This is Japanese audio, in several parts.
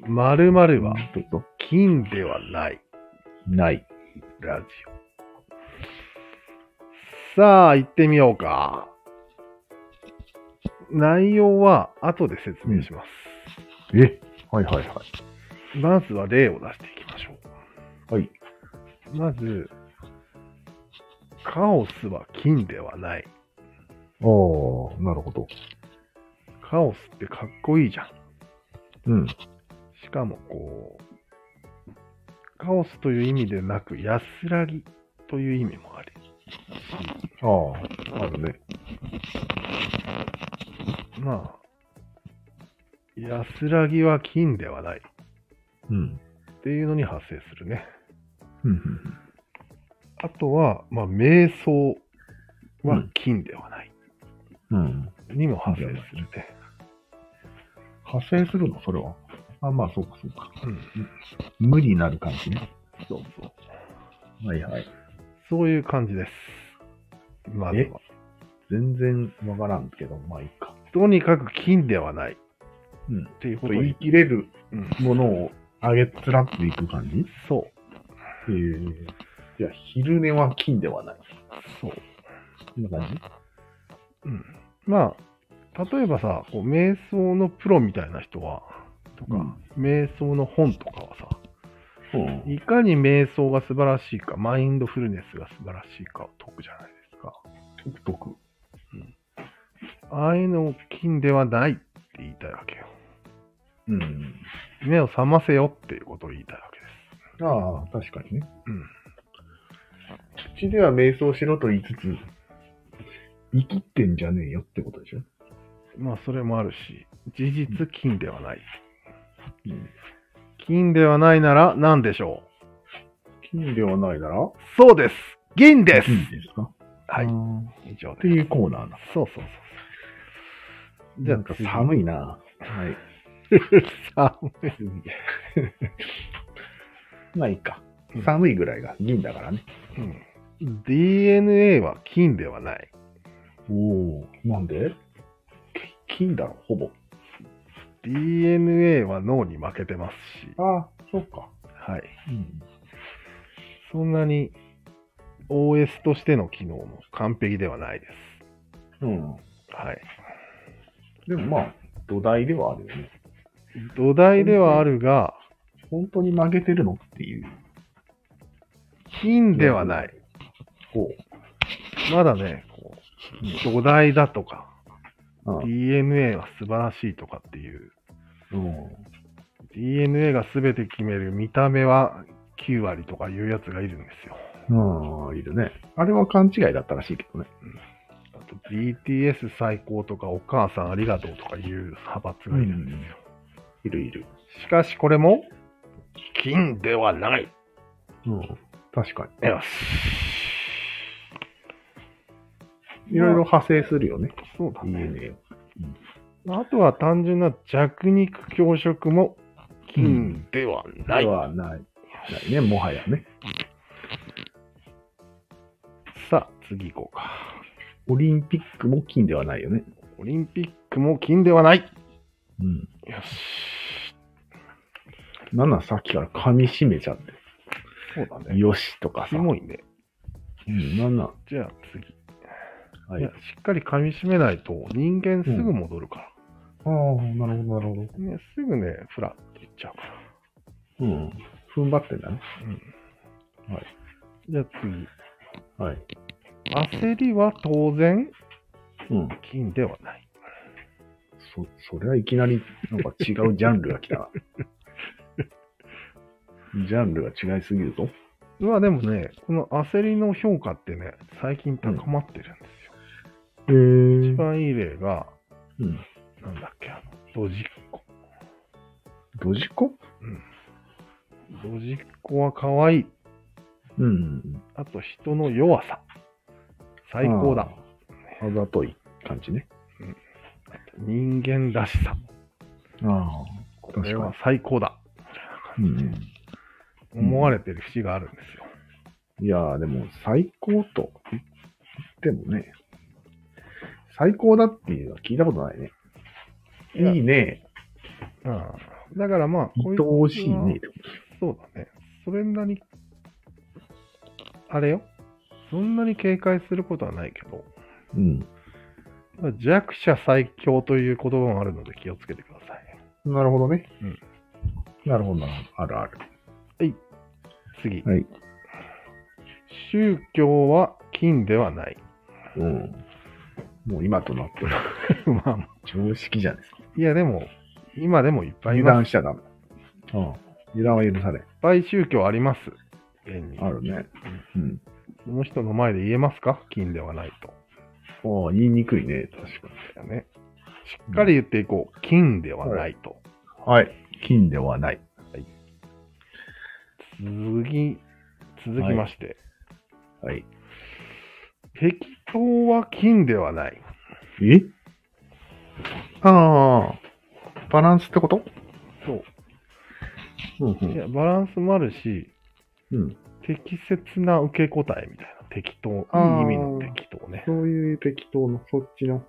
〇〇はちょっと、 金ではないない。 ラジオ。さあ、行ってみようか。内容は後で説明します。 はいはいはい。 まずは例を出していきましょはい。 う。まず、カオスは金ではない。 おー、なるほど。 カオスってかっこいいじゃん。 うん。 しかもカオスという意味でなく安らぎという意味もあるし、 あるね。 まあ、安らぎは金ではないうん。 っていうのに発生するね。 うん。 あとは、まあ、瞑想は金ではないうん。 にも発生するね。 発生するのそれは。あ、まあ、そうかそうか。 うん。 無になる感じね。 そうそう。 はいはい。 そういう感じです。まずは。 全然わからんけど、まあいいか。 とにかく金ではないっうん。 ていうことを言い切れるうん。 ものを上げつらっていく感じ。 そう。 じゃあ、昼寝は金ではない。 そう。 こんな感じ。 うん。まあ、例えばさ、瞑想のプロみたいな人は、とか、瞑想の本とかはさ、 うん。 いかに瞑想が素晴らしいか、マインドフルネスが素晴らしいかを解くじゃないですか。 独特。 ああいうのを金ではないって言いたいわけよ。 うん。 目を覚ませよっていうことを言いたいわけです。 ああ、確かにね。 うん。 口では瞑想しろと言いつつ、生きってんじゃねえよってことでしょ。 まあ、それもあるし、事実金ではない。 うん。 金ではないなら何でしょ金ではないならう？そうです。銀です。 金ですか。 はい。 っ以上です。 ていうコーナーだ。 そうそうそう。じゃあなんか寒いな。はい。 寒い。 まあいいかうん。 寒いぐらいが銀だからね。 うん。DNA は金ではない。 おお。なんで金だろ、ほぼ。 DNA は脳に負けてますし、 ああ、そっか。 はい。 うん。 そんなに OS としての機能も完璧ではないです。 うん。 はい。 でもまあ、土台ではあるよね。 土台ではあるが、 本当に曲げてるのっていう。 金ではない。 ほまだね、土台だとか、 う。うん。 DNA は素晴らしいとかっていう、 うん。 DNA が全て決める見た目は9割とかいうやつがいるんですよ。 うん、いるね。あれは勘違いだったらしいけどね。 あと BTS 最高とかお母さんありがとうとかいう派閥がいるんですよ。 いるいる。 しかしこれも金ではない。 うん。確かに。 よし。 いろいろ派生するよね。 そうだね。 DNA を。 あとは単純な弱肉強食も金ではない。 ではない。ないね、もはやね。 さあ、次行こうか。 オリンピックも金ではないよね。 オリンピックも金ではない。 うん。 よし。 なんなんさっきから噛み締めちゃって。 そうだね。 よしとかさ。 キモいね。 うん、なんなん。 じゃあ次。 はいい。 や、しっかり噛み締めないと人間すぐ戻るから。 ああ、なるほど、なるほど。 ね、すぐね、フラッといっちゃうから。 うん。踏ん張ってんだね。 うん。 はい。 じゃあ次。 はい。 焦りは当然うん。 金ではない。 それはいきなり、なんか違うジャンルが来たな。ジャンルが違いすぎるぞ。 まあでもね、この焦りの評価ってね、最近高まってるんですよ。 へ一番いい例が、 うん。 なんだっけ、ドジっ子。 ドジコドジっ子は可愛い。 うん。 あと人の弱さ。最高だ。 あざとい感じね。 人間らしさ。 ああ、 これは最高だ。 うん。 思われてる節があるんですよ。 いやー、でも、最高と言ってもね、最高だっていうのは聞いたことないね。 いやいいね。 だからまあ、 愛おしいね。 そうだね。それなり、あれよ。そんなに警戒することはないけど、 うん。 弱者最強という言葉があるので気をつけてください。 なるほどね。 うん。 なるほどな。あるある。 次。 はい。 宗教は金ではない。 うん。もう今となってはまあ、 常識じゃないですか。 いやでも、今でもいっぱいい油ます。 断しちゃダメ。うん。油断は許されん。 いっぱい宗教あります。現に。 あるね。うん。 その人の前で言えますか？金ではないと。 ああ、言いにくいね。確かだよね。しっかり言っていこう。金ではないと。 に。はい。金ではない。 続きまして。 はい。 適当は金ではない。 えああ、バランスってことそう。 うんいや、バランスもあるし、 うん。 適切な受け答えみたいな。適当。いいあー意味の適当ね。 そういう適当の、そっちの。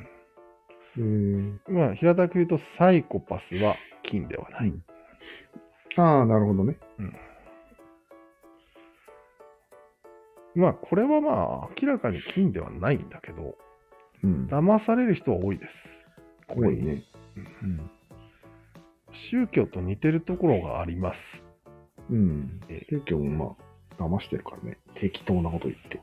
うん。まあ、平たく言うと、サイコパスは金ではない。 ああ、なるほどね。 まあ、これはまあ、明らかに金ではないんだけど、 うん。 騙される人は多いです。 多いね。 うん。宗教と似てるところがあります。 うん。宗教もまあ、騙してるからね。適当なこと言って。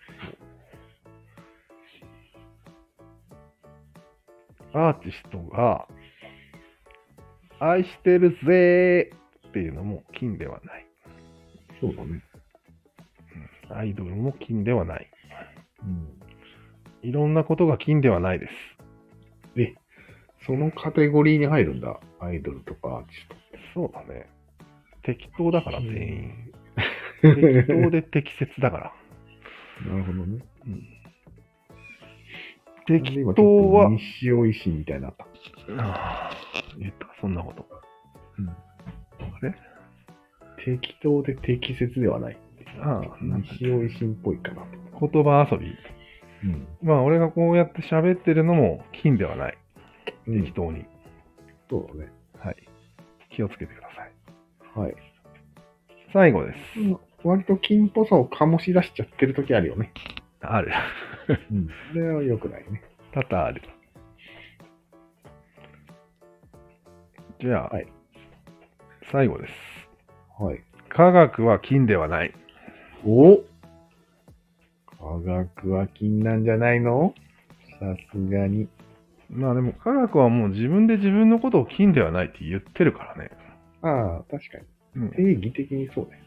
アーティストが、愛してるぜーっていうのも金ではない。 そうだね。 アイドルも金ではない。 うん。 いろんなことが金ではないです。 そのカテゴリーに入るんだ。アイドルとかアーティストって。 そうだね。適当だから全員。適当で適切だから。 なるほどね。 適当は、 西尾維新みたいになった。 言った、そんなこと。 うん。 あれ適当で適切ではない。 ああ、 西尾維新っぽいかなと。 言葉遊び。 うん。 まあ、俺がこうやって喋ってるのも金ではない。 うん適当に。 そうだね。 はい。気をつけてください。 はい。 最後です。 割と金っぽさを醸し出しちゃってる時あるよね。 ある。 うん。それは良くないね。 多々ある。じゃあ、 はい最後です。 はい。 科学は金ではない。 お科学は金なんじゃないの？さすがに。 まあでも科学はもう自分で自分のことを金ではないって言ってるからね。 ああ、確かに。 うん、 定義的にそうね。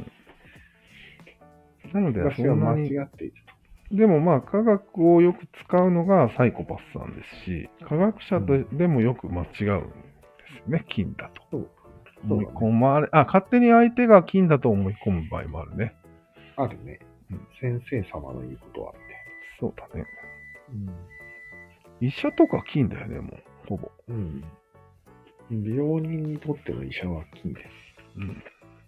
なのでそ私は間んなに、 違っているでもまあ科学をよく使うのがサイコパスさんですし、科学者とでもよく間違うんですよね、金だと。 そう思い込まれ、勝手に相手が金だと思い込む場合もあるね。 と。あるね。 うん先生様の言うことはあって。 そうだね。医者とか金だよね、もう、ほぼ。 うん。病人にとっての医者は金です。 うん。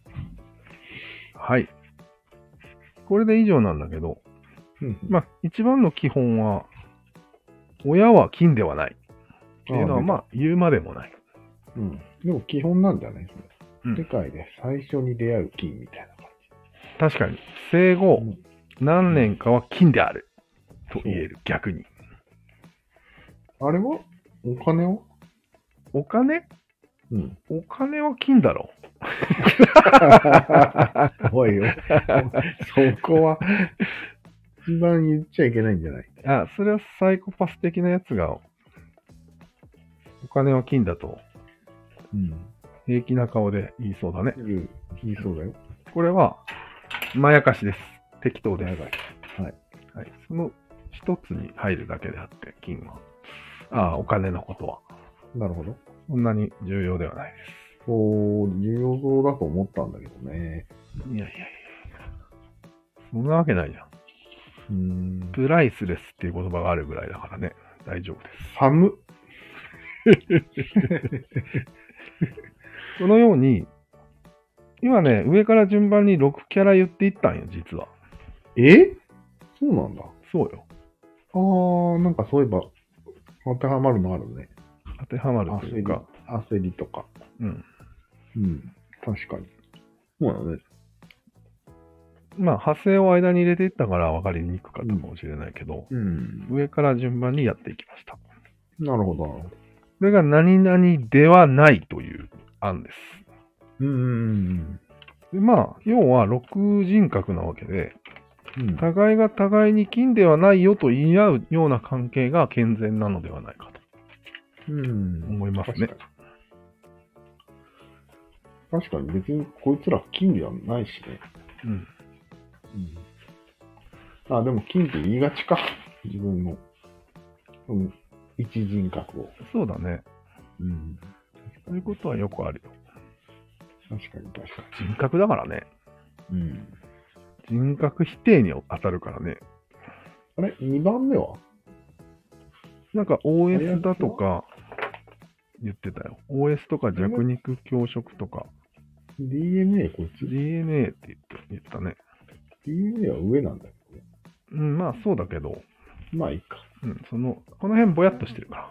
はい。これで以上なんだけど、まあ、一番の基本は、親は金ではない。っていうのは、まあ、言うまでもない。 うん。でも基本なんじゃないそれ。 うん世界で最初に出会う金みたいな感確かに、生後じ。 何年かは金である。と言える、逆に。 あれはお金はお金うん。 お金は金だろ。 おいよ。そこは、一番言っちゃいけないんじゃない？ それはサイコパス的なやつが、お金は金だと、 うん。 平気な顔で言いそうだね。 言いそうだよ。 これは、まやかしです。適当です。 はい。 はい。その一つに入るだけであって、金は。お金のことは。 なるほど。 そんなに重要ではないでそう、重要そうだと思ったんだけどね。 す。いやいやいや。そんなわけないじゃん。プライスレスっていう言葉があるぐらいだからね。大丈夫です。 寒っ。 このように、今ね、上から順番に6キャラ言っていったんよ、実は。 そうなんだ。 そうよ。 なんかそういえば、当てはまるのあるね。 当てはまるというか、 焦りとか。 うん。 うん。確かに。そうだね。 まあ、派生を間に入れていったから分かりにくかったかもしれないけど、 うん。 上から順番にやっていきました。 なるほど、なるほど。 これが何々ではないという案です。でまあ、要は6人格なわけで、互いが互いに金ではないよと言い合うような関係が健全なのではないかと思いますね。 確かに別にこいつら金ではないしね。あ、でも金って言いがちか。自分の。一人格を。 そうだね。そういうことはよくあるよ。 確かに。 人格だからね。 うん。 人格否定に当たるからね。 あれ ?2 番目はなんか OS だとか言ってたよ。OS とか弱肉強食とか。 DNA こいつ ?DNA って言ったね。 DNA は上なんだけどね。 まあそうだけど。 まあいいか。 この辺ぼやっとしてるから。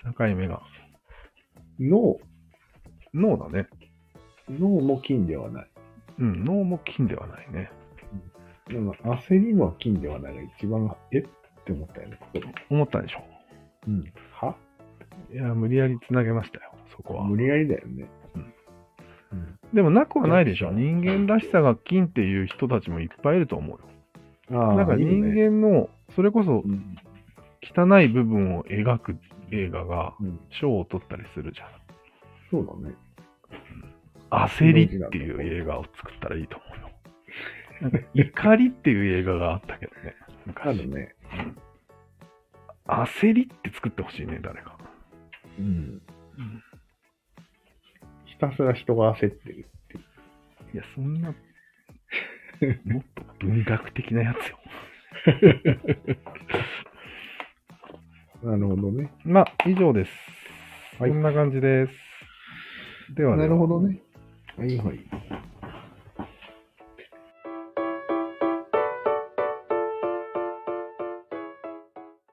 境目が。脳だね。 脳も金ではない。 脳も金ではないね。 でも焦りの金ではないが一番、って思ったよね、ここで。 思ったでしょ。 はいや、無理やり繋げましたよ、そこは。 無理やりだよね。 でもなくはないでしょ。人間らしさが金っていう人たちもいっぱいいると思うよ。なんか人間の、それこそ、汚い部分を描く映画が賞を取ったりするじゃん。 そうだね。 焦りっていう映画を作ったらいいと思うよ。なんか怒りっていう映画があったけどね。 昔ね。 焦りって作ってほしいね、誰か。 ひたすら人が焦ってるっていう。 いや、そんな、もっと文学的なやつよ。 なるほどね。 まあ、以上です。こんな感じです。では、 なるほどね。はいはい。